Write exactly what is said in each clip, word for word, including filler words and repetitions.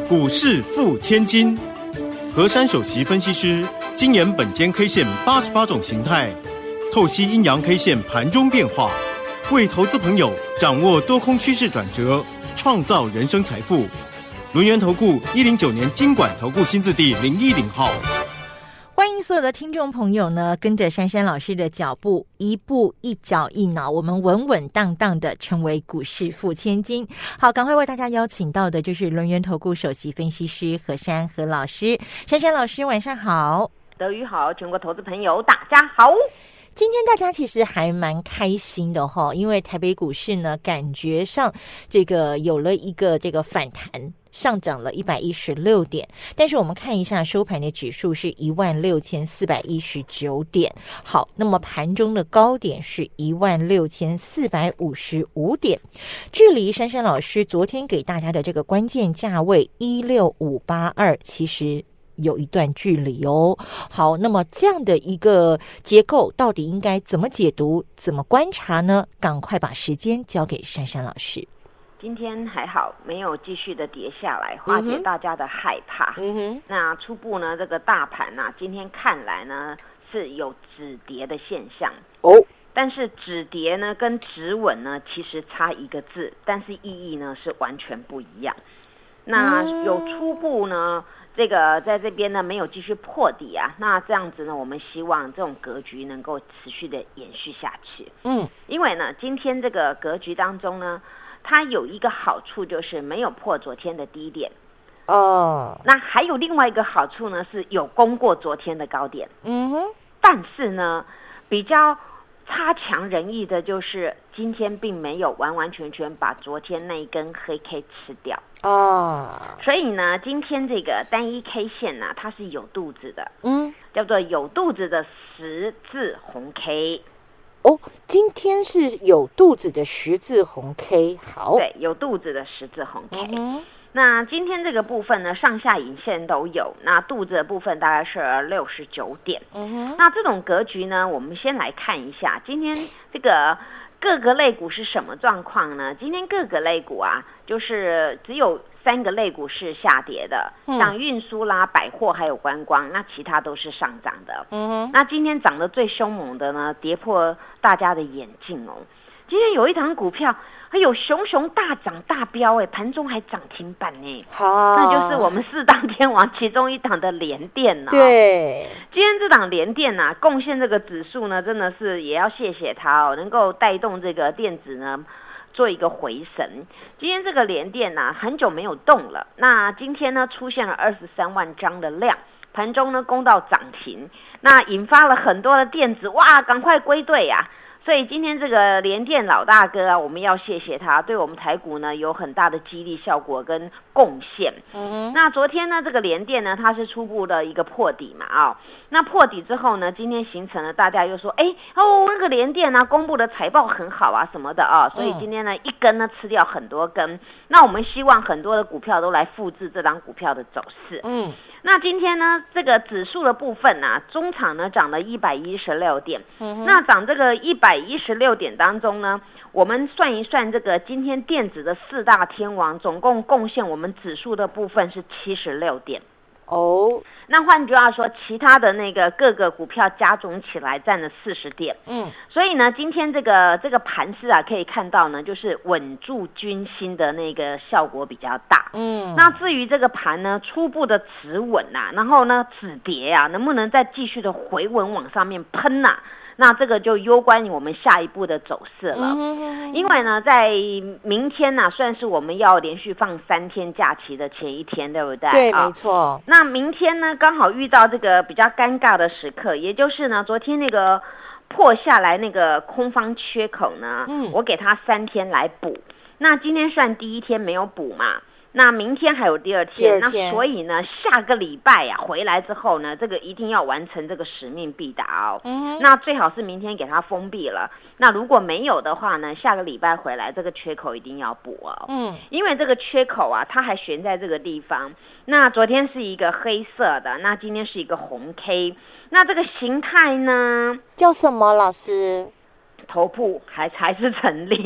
股市富千金，和山首席分析师精研本间 K 线八十八种形态，透析阴阳 K 线盘中变化，为投资朋友掌握多空趋势转折，创造人生财富。轮源投顾一零九年金管投顾新字第零一零号。 欢迎所有的听众朋友呢，跟着珊珊老师的脚步，一步一脚一脑，我们稳稳当当的成为股市富千金。好，赶快为大家邀请到的就是轮源投顾首席分析师何珊何老师。珊珊老师晚上好。 德语好，全国投资朋友大家好。 今天大家其实还蛮开心的哈，因为台北股市呢，感觉上这个有了一个这个反弹，上涨了一百一十六点，但是我们看一下收盘的指数是一万六千四百一十九点。好，那么盘中的高点是一万六千四百五十五点，距离珊珊老师昨天给大家的这个关键价位一六五八二，其实有一段距离哦。好，那么这样的一个结构到底应该怎么解读，怎么观察呢？赶快把时间交给珊珊老师。 今天还好，没有继续的跌下来，化解大家的害怕。嗯哼。那初步呢，这个大盘啊，今天看来呢是有止跌的现象哦。但是止跌呢跟止稳呢，其实差一个字，但是意义呢是完全不一样。那有初步呢。这个在这边呢没有继续破底啊，那这样子呢，我们希望这种格局能够持续的延续下去。嗯，因为呢，今天这个格局当中呢，它有一个好处就是没有破昨天的低点。哦，那还有另外一个好处呢，是有攻过昨天的高点。嗯哼，但是呢，比较差强人意的就是今天并没有完完全全把昨天那一根黑 K 吃掉哦，所以呢，今天这个单一 K 线呢、啊，它是有肚子的，嗯，叫做有肚子的十字红 K。 哦，今天是有肚子的十字红 K， 好， 对，有肚子的十字红 K。嗯，那今天这个部分呢，上下影线都有，那肚子的部分大概是六十九点。嗯哼，那这种格局呢，我们先来看一下今天这个各个类股是什么状况呢？今天各个类股啊，就是只有三个类股是下跌的，嗯、像运输啦、百货还有观光，那其他都是上涨的。嗯哼，那今天涨得最凶猛的呢，跌破大家的眼镜哦。今天有一档股票，还有熊熊大涨大飙，哎，盘中还涨停板呢。好，那就是我们四档天王其中一档的联电呢、啊。对，今天这档联电啊，贡献这个指数呢，真的是也要谢谢它哦，能够带动这个电子呢做一个回神。今天这个联电啊，很久没有动了，那今天呢出现了二十三万张的量。盘中呢攻到涨停，那引发了很多的电子哇，赶快归队呀、啊！所以今天这个联电老大哥啊，我们要谢谢他，对我们台股呢有很大的激励效果跟贡献。嗯，那昨天呢，这个联电呢，它是初步的一个破底嘛啊、哦，那破底之后呢，今天形成了大家又说，哎哦，那个联电呢公布的财报很好啊什么的啊、哦，所以今天呢一根呢吃掉很多根。那我们希望很多的股票都来复制这档股票的走势。嗯。那今天呢，这个指数的部分啊，中场呢涨了一百一十六点。嗯，那涨这个一百一十六点当中呢，我们算一算，这个今天电子的四大天王总共贡献我们指数的部分是七十六点。哦，那换句话说，其他的那个各个股票加总起来占了四十点。嗯，所以呢，今天这个这个盘势啊，可以看到呢，就是稳住军心的那个效果比较大。嗯，那至于这个盘呢，初步的止稳啊，然后呢止跌啊，能不能再继续的回稳往上面喷啊？那这个就攸关于我们下一步的走势了。嗯，因为呢，在明天呢、啊，算是我们要连续放三天假期的前一天，对不对？ 对，哦、没错。 那明天呢，刚好遇到这个比较尴尬的时刻，也就是呢，昨天那个破下来那个空方缺口呢，嗯，我给它三天来补。那今天算第一天没有补嘛？那明天还有第二天，那所以呢，下个礼拜呀、啊、回来之后呢，这个一定要完成这个使命必达哦。嗯，那最好是明天给它封闭了。那如果没有的话呢，下个礼拜回来这个缺口一定要补哦。嗯，因为这个缺口啊，它还悬在这个地方。那昨天是一个黑色的，那今天是一个红 K。那这个形态呢， 叫什么？老师？ 头部还还是成立。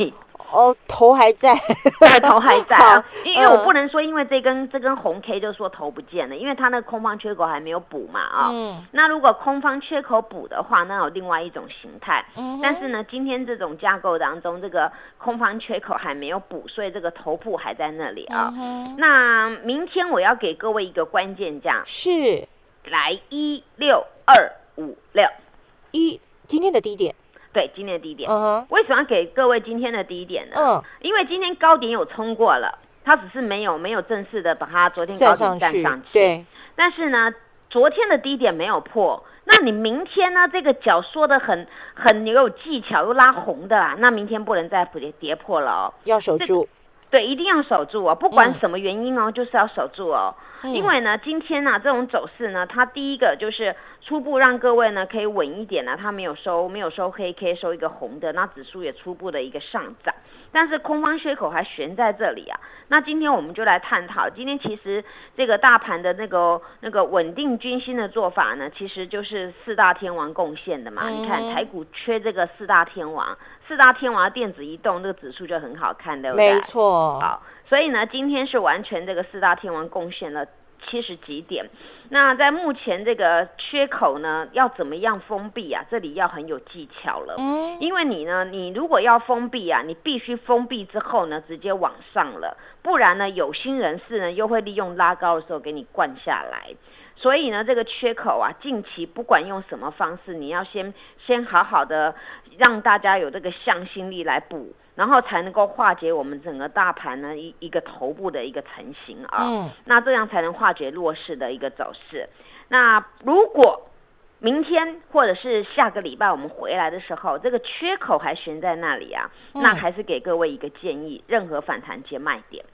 哦，头还在， 对，头还在啊，因为我不能说因为这根这根红 K 就说头不见了，因为它那个空方缺口还没有补嘛啊、哦。嗯。那如果空方缺口补的话，那有另外一种形态。嗯。但是呢，今天这种架构当中，这个空方缺口还没有补，所以这个头部还在那里啊、哦。嗯。那明天我要给各位一个关键价， 是来一六二五六， 一今天的低点。 对，今天的低点。 Uh-huh. 为什么要给各位今天的低点呢？嗯、uh-huh. 因为今天高点有冲过了，它只是没有没有正式的把它昨天高点站上去。 对。 但是呢，昨天的低点没有破，那你明天呢？这个脚缩得很很有技巧，又拉红的啦，那明天不能再跌跌破了哦， 要守住。 对，一定要守住哦，不管什么原因哦，嗯、就是要守住哦。 嗯、 因为呢，今天呢、啊、这种走势呢，它第一个就是初步让各位呢可以稳一点呢、啊，它没有收没有收黑 K， 收一个红的，那指数也初步的一个上涨，但是空方缺口还悬在这里啊。那今天我们就来探讨，今天其实这个大盘的那个那个稳定军心的做法呢，其实就是四大天王贡献的嘛。嗯、你看台股缺这个四大天王，四大天王的电子一动，这个指数就很好看，对不对？ 没错。 好，所以呢，今天是完全这个四大天王贡献了七十几点。那在目前这个缺口呢，要怎么样封闭啊？这里要很有技巧了。嗯，因为你呢，你如果要封闭啊，你必须封闭之后呢，直接往上了，不然呢，有心人士呢又会利用拉高的时候给你灌下来。所以呢，这个缺口啊，近期不管用什么方式，你要先先好好的让大家有这个向心力来补，然后才能够化解我们整个大盘呢一一个头部的一个成型啊。嗯。那这样才能化解弱势的一个走势。那如果明天或者是下个礼拜我们回来的时候，这个缺口还悬在那里啊，嗯、那还是给各位一个建议，任何反弹皆卖点。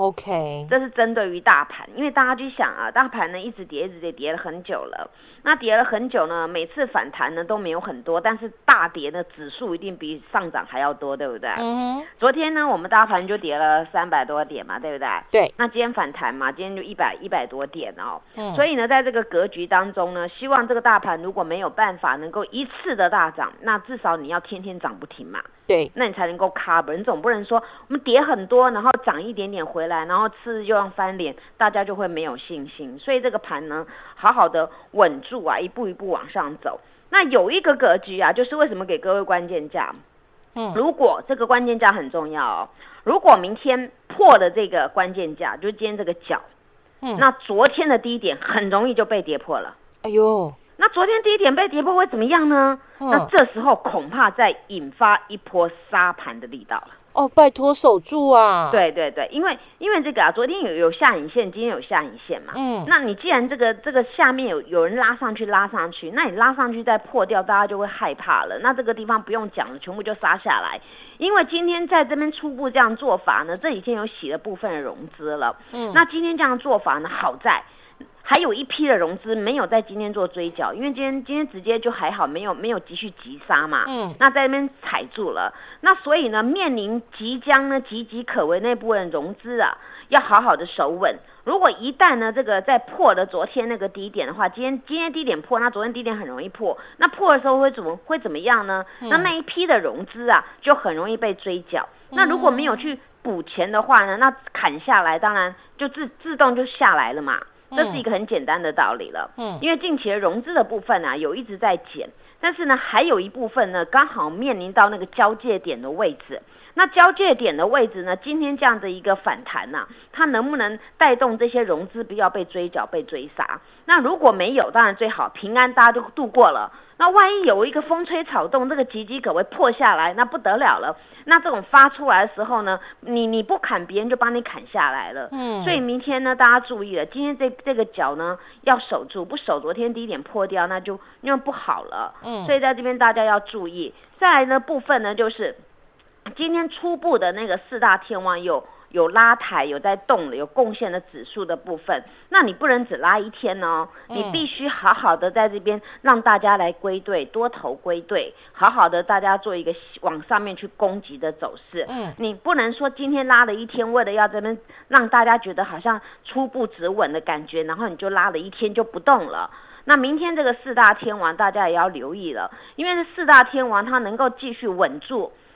OK， 这是针对于大盘，因为大家去想啊，大盘呢一直跌，一直跌，跌了很久了。那跌了很久呢，每次反弹呢都没有很多，但是大跌呢指数一定比上涨还要多，对不对？嗯。昨天呢，我们大盘就跌了三百多点嘛，对不对？ 对。 那今天反弹嘛，今天就一百一百多点哦。嗯。所以呢，在这个格局当中呢，希望这个大盘如果没有办法能够一次的大涨，那至少你要天天涨不停嘛。 对。 那你才能够 cover， 你总不能说我们跌很多，然后涨一点点回来，然后次日就要翻脸，大家就会没有信心。所以这个盘呢，好好的稳住啊，一步一步往上走。那有一个格局啊，就是为什么给各位关键价？嗯，如果这个关键价很重要哦，如果明天破了这个关键价，就是今天这个角，嗯，那昨天的低点很容易就被跌破了。 哎呦。 那昨天低点被跌破会怎么样呢？嗯、那这时候恐怕再引发一波杀盘的力道了。 哦，拜托守住啊！ 对对对，因为因为这个啊，昨天有有下影线，今天有下影线嘛。嗯。那你既然这个这个下面有有人拉上去拉上去，那你拉上去再破掉，大家就会害怕了。那这个地方不用讲了，全部就杀下来。因为今天在这边初步这样做法呢，这几天有洗了部分的融资了。嗯。那今天这样做法呢，好在还有一批的融资没有在今天做追缴，因为今天今天直接就还好，没有没有继续急杀嘛。嗯。那在那边踩住了，那所以呢，面临即将呢岌岌可危那部分融资啊，要好好的守稳。如果一旦呢这个在破了昨天那个低点的话，今天今天低点破，那昨天低点很容易破，那破的时候会怎么会怎么样呢？嗯、那那一批的融资啊，就很容易被追缴。嗯、那如果没有去补钱的话呢，那砍下来，当然就自自动就下来了嘛。这是一个很简单的道理了，嗯，因为近期的融资的部分啊，有一直在减，但是呢，还有一部分呢，刚好面临到那个交界点的位置。那交界点的位置呢，今天这样的一个反弹啊，它能不能带动这些融资不要被追缴、被追杀？那如果没有，当然最好平安，大家就度过了。那万一有一个风吹草动，这个岌岌可危破下来，那不得了了。那这种发出来的时候呢，你你不砍，别人就帮你砍下来了。嗯，所以明天呢，大家注意了，今天这这个角呢要守住，不守昨天低点破掉，那就因为不好了。嗯，所以在这边大家要注意。再来呢部分呢，就是今天初步的那个四大天王有。有拉抬，有在动了，有贡献的指数的部分，那你不能只拉一天哦，嗯、你必须好好的在这边让大家来归队，多头归队，好好的大家做一个往上面去攻击的走势。嗯，你不能说今天拉了一天，为了要这边让大家觉得好像初步止稳的感觉，然后你就拉了一天就不动了。那明天这个四大天王大家也要留意了，因为这四大天王它能够继续稳住。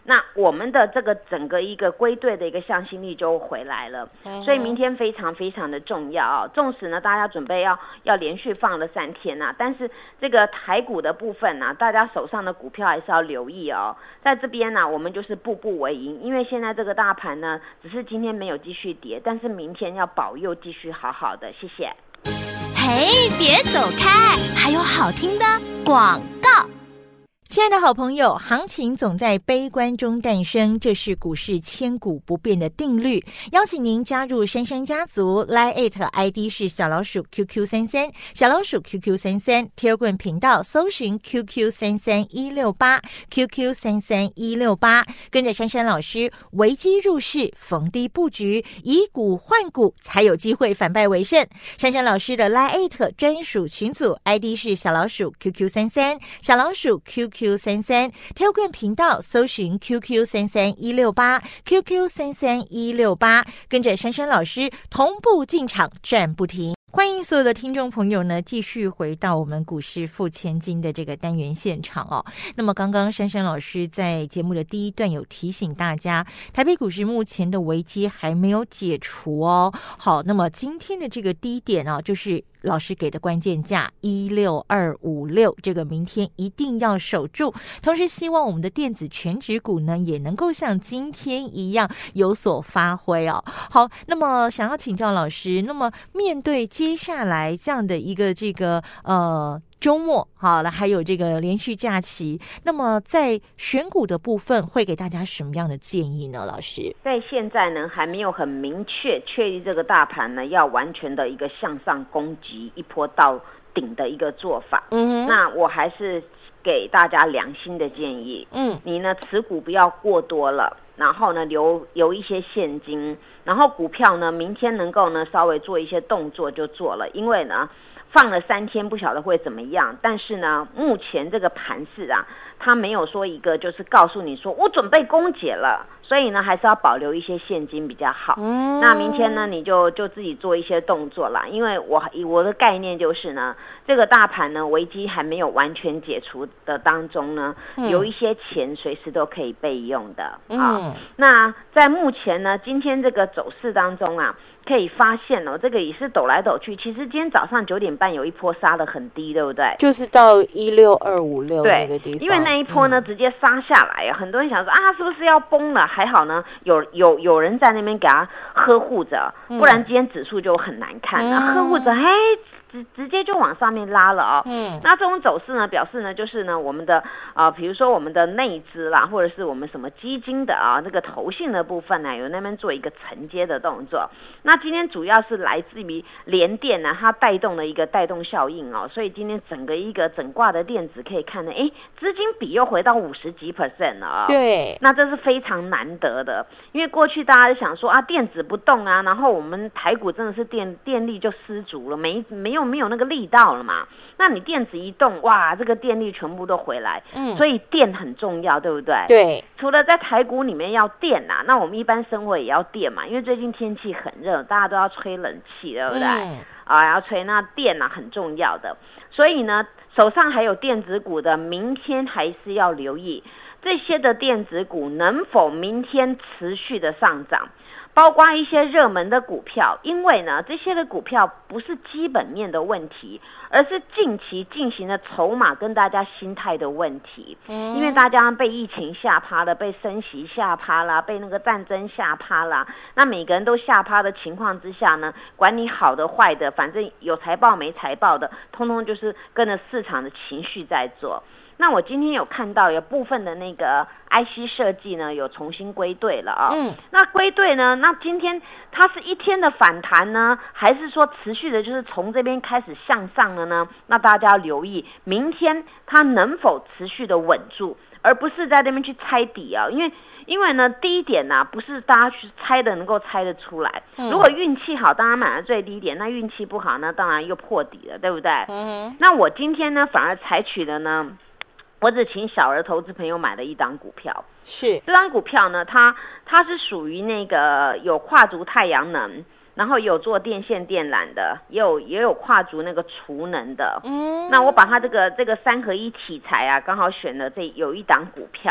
那我们的这个整个一个归队的一个向心力就回来了，嗯、所以明天非常非常的重要啊。纵使呢大家准备要要连续放了三天啊，但是这个台股的部分啊，大家手上的股票还是要留意哦。在这边呢、啊，我们就是步步为营，因为现在这个大盘呢，只是今天没有继续跌，但是明天要保佑继续好好的。谢谢。 嘿，别走开，还有好听的广告。 亲爱的好朋友，行情总在悲观中诞生，这是股市千古不变的定律。邀请您加入珊珊家族 ，Line I D 是小老鼠 Q Q 三三，小老鼠 Q Q 三三 ，Telegram 频道搜寻 Q Q 三三一六八 Q Q 三三一六八，跟着珊珊老师危机入市，逢低布局，以股换股，才有机会反败为胜。珊珊老师的 Line 专属群组 I D 是小老鼠 Q Q 三三，小老鼠 Q Q。Q 三三 Telegram 频道搜寻 Q Q 三三一六八 Q Q 三三一六八，跟着珊珊老师同步进场赚不停。欢迎所有的听众朋友呢，继续回到我们股市付千金的这个单元现场哦。那么刚刚珊珊老师在节目的第一段有提醒大家，台北股市目前的危机还没有解除哦。好，那么今天的这个低点啊，就是老师给的关键价一六二五六，这个明天一定要守住。同时希望我们的电子全指股呢，也能够像今天一样有所发挥哦。好，那么想要请教老师，那么面对接下来这样的一个这个呃周末，好了，还有这个连续假期，那么在选股的部分会给大家什么样的建议呢？老师， 在现在呢还没有很明确确立这个大盘呢要完全的一个向上攻击一波到顶的一个做法，嗯，那我还是给大家良心的建议，嗯，你呢持股不要过多了，然后呢留留一些现金，然后股票呢明天能够呢稍微做一些动作就做了，因为呢放了三天不晓得会怎么样，但是呢目前这个盘势啊，它没有说一个就是告诉你说我准备攻解了，所以呢还是要保留一些现金比较好，嗯，那明天呢你就就自己做一些动作啦，因为我我的概念就是呢这个大盘呢危机还没有完全解除的当中呢，嗯，有一些钱随时都可以备用的，嗯，啊，那在目前呢今天这个走势当中啊，可以发现哦，这个也是抖来抖去，其实今天早上九点半有一波杀得很低，对不对？ 就是到一六二五六那个地方， 因为那一波呢，嗯，直接杀下来，很多人想说啊，是不是要崩了？还好呢，有有有人在那边给他呵护着，不然今天指数就很难看了，嗯，呵护着，嘿。直直接就往上面拉了哦，嗯，那这种走势呢，表示呢，就是呢，我们的啊、呃，比如说我们的内资啦，或者是我们什么基金的啊，这个投信的部分呢，有那边做一个承接的动作。那今天主要是来自于联电呢，它带动了一个带动效应哦，所以今天整个一个整挂的电子可以看呢，哎，资金比又回到五十几 percent 了啊，哦， 对， 那这是非常难得的，因为过去大家就想说啊，电子不动啊，然后我们台股真的是电电力就失足了，没没有。没有那个力道了嘛，那你电子一动，哇，这个电力全部都回来，嗯，所以电很重要，对不对？ 对， 除了在台股里面要电啊，那我们一般生活也要电嘛，因为最近天气很热，大家都要吹冷气，对不对？嗯，啊，要吹，那电啊很重要的，所以呢，手上还有电子股的，明天还是要留意这些的电子股能否明天持续的上涨。包括一些热门的股票，因为呢，这些的股票不是基本面的问题，而是近期进行的筹码跟大家心态的问题。嗯，因为大家被疫情吓趴了，被升息吓趴了，被那个战争吓趴了，那每个人都吓趴的情况之下呢，管你好的坏的，反正有财报没财报的，通通就是跟着市场的情绪在做。那我今天有看到有部分的那个 I C 设计呢有重新归队了啊，嗯，那归队呢，那今天它是一天的反弹呢，还是说持续的就是从这边开始向上了呢？那大家要留意明天它能否持续的稳住，而不是在那边去猜底啊，因为因为呢，第一点呢、啊，不是大家去猜的能够猜得出来。嗯、如果运气好，当然买了最低点；那运气不好呢，当然又破底了，对不对？嗯。那我今天呢，反而采取了呢。我只请小额投资朋友买了一档股票， 是这档股票呢，它它是属于那个有跨足太阳能，然后有做电线电缆的，也有也有跨足那个储能的。嗯，那我把它这个这个三合一题材啊，刚好选了这有一档股票。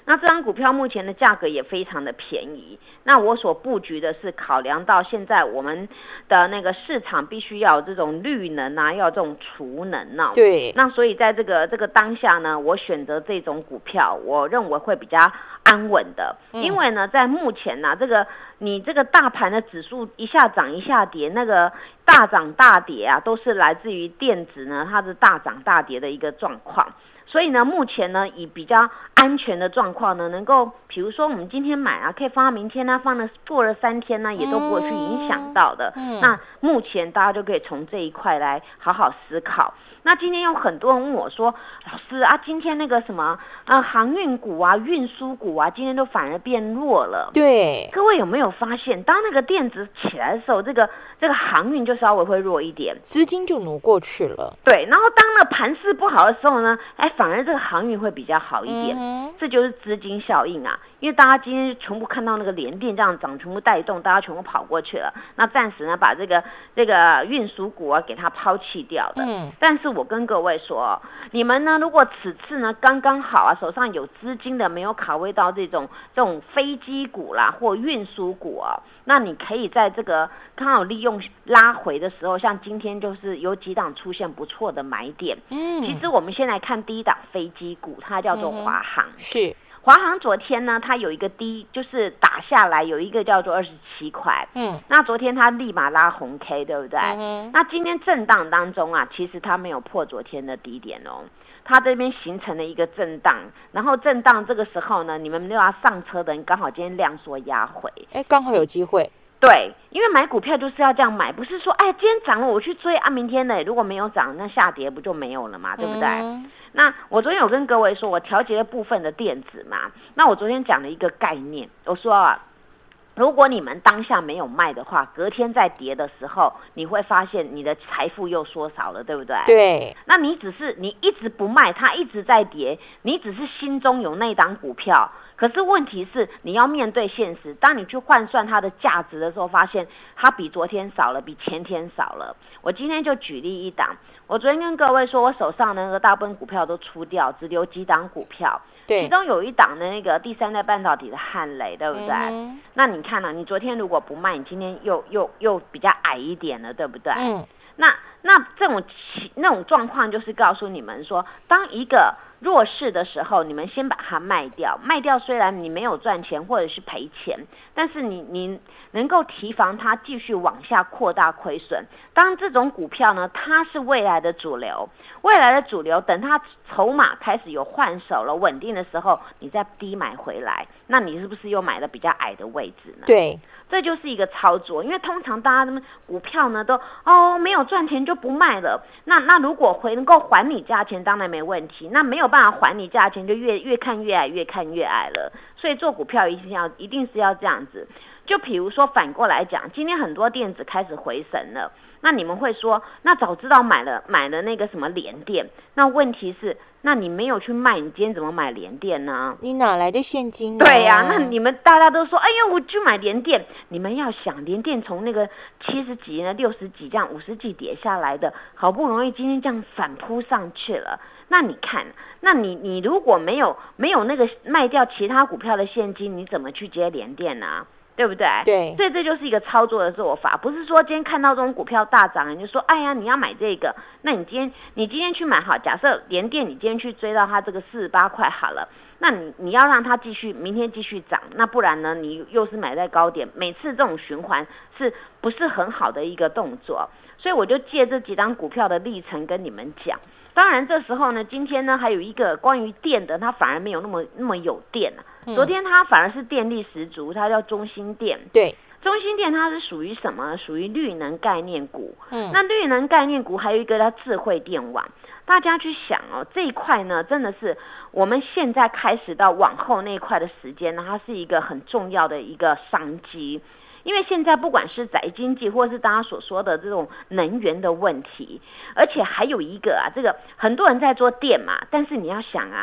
那这张股票目前的价格也非常的便宜。那我所布局的是考量到现在我们的那个市场必须要有这种绿能啊，要有这种储能啊。 对。 那所以在这个这个当下呢，我选择这种股票，我认为会比较安稳的。嗯、因为呢，在目前呢、啊，这个你这个大盘的指数一下涨一下跌，那个大涨大跌啊，都是来自于电子呢它的大涨大跌的一个状况。所以呢，目前呢，以比较安全的状况呢，能够比如说我们今天买啊，可以放到明天呢，放了过了三天呢，也都不会去影响到的。嗯、那目前大家就可以从这一块来好好思考。那今天有很多人问我说，老师啊，今天那个什么呃航运股啊、运输股啊，今天都反而变弱了。 对， 各位有没有发现，当那个电子起来的时候，这个这个航运就稍微会弱一点， 资金就挪过去了。 对，然后当那盘势不好的时候呢，哎，反而这个航运会比较好一点。嗯、这就是资金效应啊。因为大家今天全部看到那个联电这样涨，全部带动，大家全部跑过去了。那暂时呢，把这个这个运输股啊给它抛弃掉的。嗯。但是我跟各位说，你们呢，如果此次呢刚刚好啊，手上有资金的，没有卡位到这种这种飞机股啦或运输股啊，那你可以在这个刚好利用拉回的时候，像今天就是有几档出现不错的买点。嗯。其实我们先来看第一档飞机股，它叫做华航。嗯、 是。 华航昨天呢，它有一个低，就是打下来有一个叫做二十七块，嗯，那昨天它立马拉红 K， 对不对？嗯，那今天震荡当中啊，其实它没有破昨天的低点哦，它这边形成了一个震荡，然后震荡这个时候呢，你们没有要上车的人，刚好今天量缩压回， 哎，刚好有机会。 对，因为买股票就是要这样买，不是说哎今天涨了我去追啊，明天呢如果没有涨，那下跌不就没有了嘛，对不对？嗯、那我昨天有跟各位说，我调节了部分的电子嘛，那我昨天讲了一个概念，我说啊，如果你们当下没有卖的话，隔天再跌的时候，你会发现你的财富又缩少了，对不对？ 对。 那你只是你一直不卖，它一直在跌，你只是心中有那档股票。可是问题是，你要面对现实。当你去换算它的价值的时候，发现它比昨天少了，比前天少了。我今天就举例一档，我昨天跟各位说，我手上的那个大部分股票都出掉，只留几档股票。对，其中有一档的那个第三代半导体的汉磊，对不对？嗯、那你看啊，你昨天如果不卖，你今天又又又比较矮一点了，对不对？嗯。那那这种那种状况就是告诉你们说，当一个弱势的时候，你们先把它卖掉。卖掉虽然你没有赚钱或者是赔钱，但是你你能够提防它继续往下扩大亏损。当这种股票呢，它是未来的主流，未来的主流，等它筹码开始有换手了，稳定的时候，你再低买回来，那你是不是又买了比较矮的位置呢？ 对。 这就是一个操作，因为通常大家股票呢都哦没有赚钱就不卖了，那那如果回能够还你价钱当然没问题，那没有办法还你价钱就越越看越矮，越看越矮了。所以做股票一定要一定是要这样子。就比如说反过来讲，今天很多电子开始回神了，那你们会说，那早知道买了买了那个什么联电，那问题是，那你没有去卖，你今天怎么买联电呢？ 你哪来的现金呢？ 对呀、啊，那你们大家都说，哎呦，我去买联电，你们要想，联电从那个七十几呢、六十几这样五十几跌下来的，好不容易今天这样反扑上去了。那你看，那你你如果没有没有那个卖掉其他股票的现金，你怎么去接联电呢？对不对？ 对， 所以这就是一个操作的做法，不是说今天看到这种股票大涨，你就说，哎呀，你要买这个，那你今天你今天去买好，假设联电你今天去追到它这个四十八块好了，那你你要让它继续明天继续涨，那不然呢，你又是买在高点，每次这种循环是不是很好的一个动作？所以我就借这几张股票的历程跟你们讲。当然这时候呢，今天呢还有一个关于电的，它反而没有那么那么有电啊。嗯、昨天它反而是电力十足，它叫中兴电。 对， 中兴电它是属于什么？属于绿能概念股。嗯，那绿能概念股还有一个叫智慧电网。大家去想哦，这一块呢，真的是我们现在开始到往后那一块的时间呢，它是一个很重要的一个商机。因为现在不管是宅经济，或是大家所说的这种能源的问题，而且还有一个啊，这个很多人在做电嘛，但是你要想啊，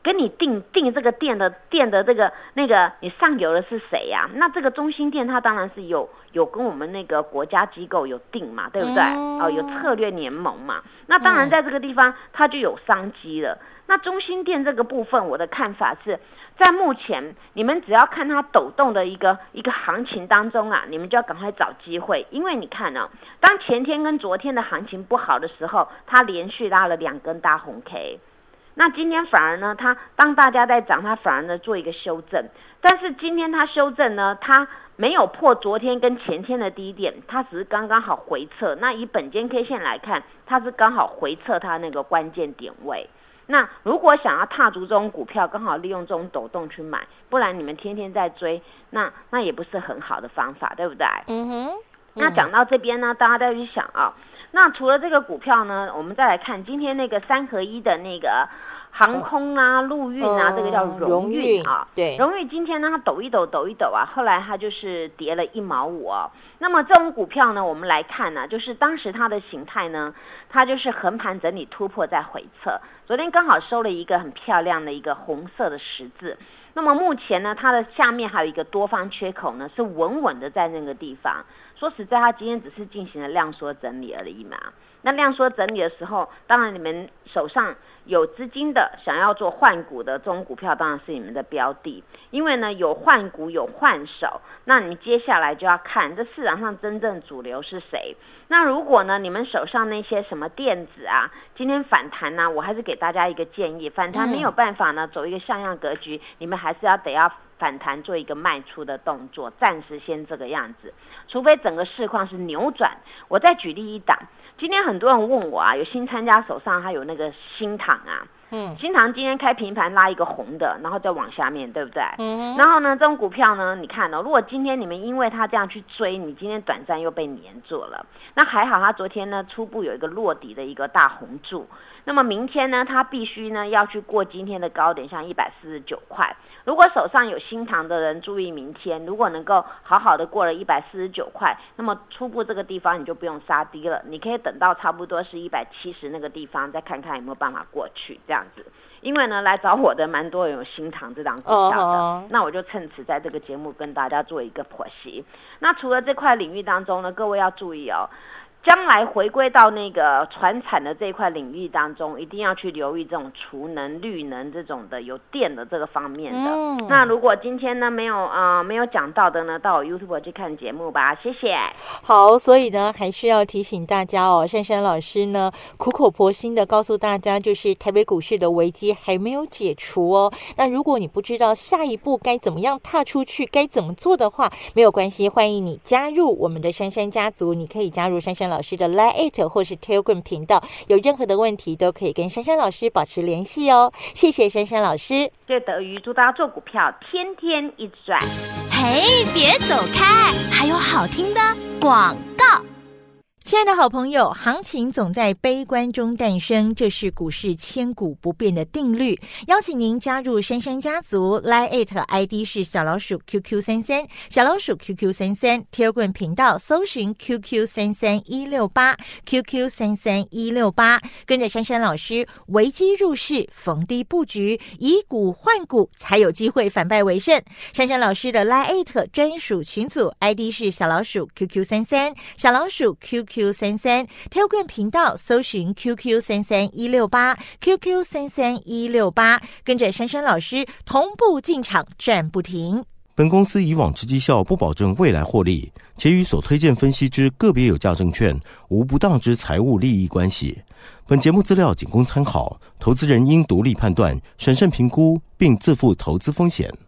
跟你定定这个店的店的这个那个你上游的是谁呀、啊？那这个中兴电它当然是有有跟我们那个国家机构有定嘛，对不对？嗯、哦，有策略联盟嘛。那当然在这个地方它就有商机了。那中兴电这个部分，我的看法是，在目前你们只要看它抖动的一个一个行情当中啊，你们就要赶快找机会，因为你看呢、哦，当前天跟昨天的行情不好的时候，它连续拉了两根大红 K。那今天反而呢，它当大家在涨，它反而呢做一个修正。但是今天它修正呢，它没有破昨天跟前天的低点，它只是刚刚好回撤。那以本间 K 线来看，它是刚好回撤它那个关键点位。那如果想要踏足这种股票，刚好利用这种抖动去买，不然你们天天在追，那那也不是很好的方法，对不对？嗯哼。那讲到这边呢，大家再去想啊。那除了这个股票呢，我们再来看今天那个三合一的那个航空啊、陆运啊，这个叫荣运啊。对，荣运今天呢，它抖一抖，抖一抖啊，后来它就是跌了一毛五哦。那么这种股票呢，我们来看呢、啊，就是当时它的形态呢，它就是横盘整理突破再回撤，昨天刚好收了一个很漂亮的一个红色的十字。那么目前呢，它的下面还有一个多方缺口呢，是稳稳的在那个地方。说实在，它今天只是进行了量缩整理而已嘛。那量缩整理的时候，当然你们手上有资金的，想要做换股的这种股票，当然是你们的标的。因为呢，有换股有换手，那你接下来就要看这市场上真正主流是谁。那如果呢，你们手上那些什么电子啊，今天反弹呢、啊，我还是给大家一个建议，反弹没有办法呢，走一个像样格局，你们还是要得要反弹做一个卖出的动作，暂时先这个样子，除非整个市况是扭转。我再举例一档，今天很多人问我啊，有新参加手上还有那个新唐啊，嗯，新唐今天开平盘拉一个红的，然后再往下面，对不对？嗯，然后呢，这种股票呢，你看哦，如果今天你们因为它这样去追，你今天短暂又被黏住了，那还好，它昨天呢初步有一个落底的一个大红柱，那么明天呢，它必须呢要去过今天的高点，像一百四十九块。如果手上有新唐的人，注意明天，如果能够好好的过了一百四十九块，那么初步这个地方你就不用杀低了，你可以等到差不多是一百七十那个地方，再看看有没有办法过去这样子。因为呢，来找我的蛮多人有新唐这档股票的， oh, oh. 那我就趁此在这个节目跟大家做一个剖析。那除了这块领域当中呢，各位要注意哦。将来回归到那个传产的这一块领域当中，一定要去留意这种储能、绿能这种的有电的这个方面的。嗯、那如果今天呢没有呃没有讲到的呢，到我 YouTube 去看节目吧，谢谢。 好，所以呢还是要提醒大家哦，珊珊老师呢苦口婆心的告诉大家，就是台北股市的危机还没有解除哦。那如果你不知道下一步该怎么样踏出去，该怎么做的话，没有关系，欢迎你加入我们的珊珊家族，你可以加入珊珊老师的 Line 或是 Telegram 频道，有任何的问题都可以跟珊珊老师保持联系哦。谢谢珊珊老师。 谢谢德瑜，祝大家做股票天天一直赚。 嘿，别走开，还有好听的广告。 亲爱的好朋友，行情总在悲观中诞生，这是股市千古不变的定律。邀请您加入珊珊家族 ，Line I D 是小老鼠 Q Q 三三，小老鼠 Q Q 三三 ，Telegram 频道搜寻 Q Q 三三一六八 Q Q 三三一六八，跟着珊珊老师危机入市，逢低布局，以股换股，才有机会反败为胜。珊珊老师的 Line 专属群组 I D 是小老鼠 Q Q 三三，小老鼠 Q Q Q 三三 Telegram 频道搜寻 Q Q 三三一六八 Q Q 三三一六八，跟着珊珊老师同步进场赚不停。 本公司以往之绩效不保证未来获利，且与所推荐分析之个别有价证券无不当之财务利益关系。本节目资料仅供参考，投资人应独立判断、审慎评估，并自负投资风险。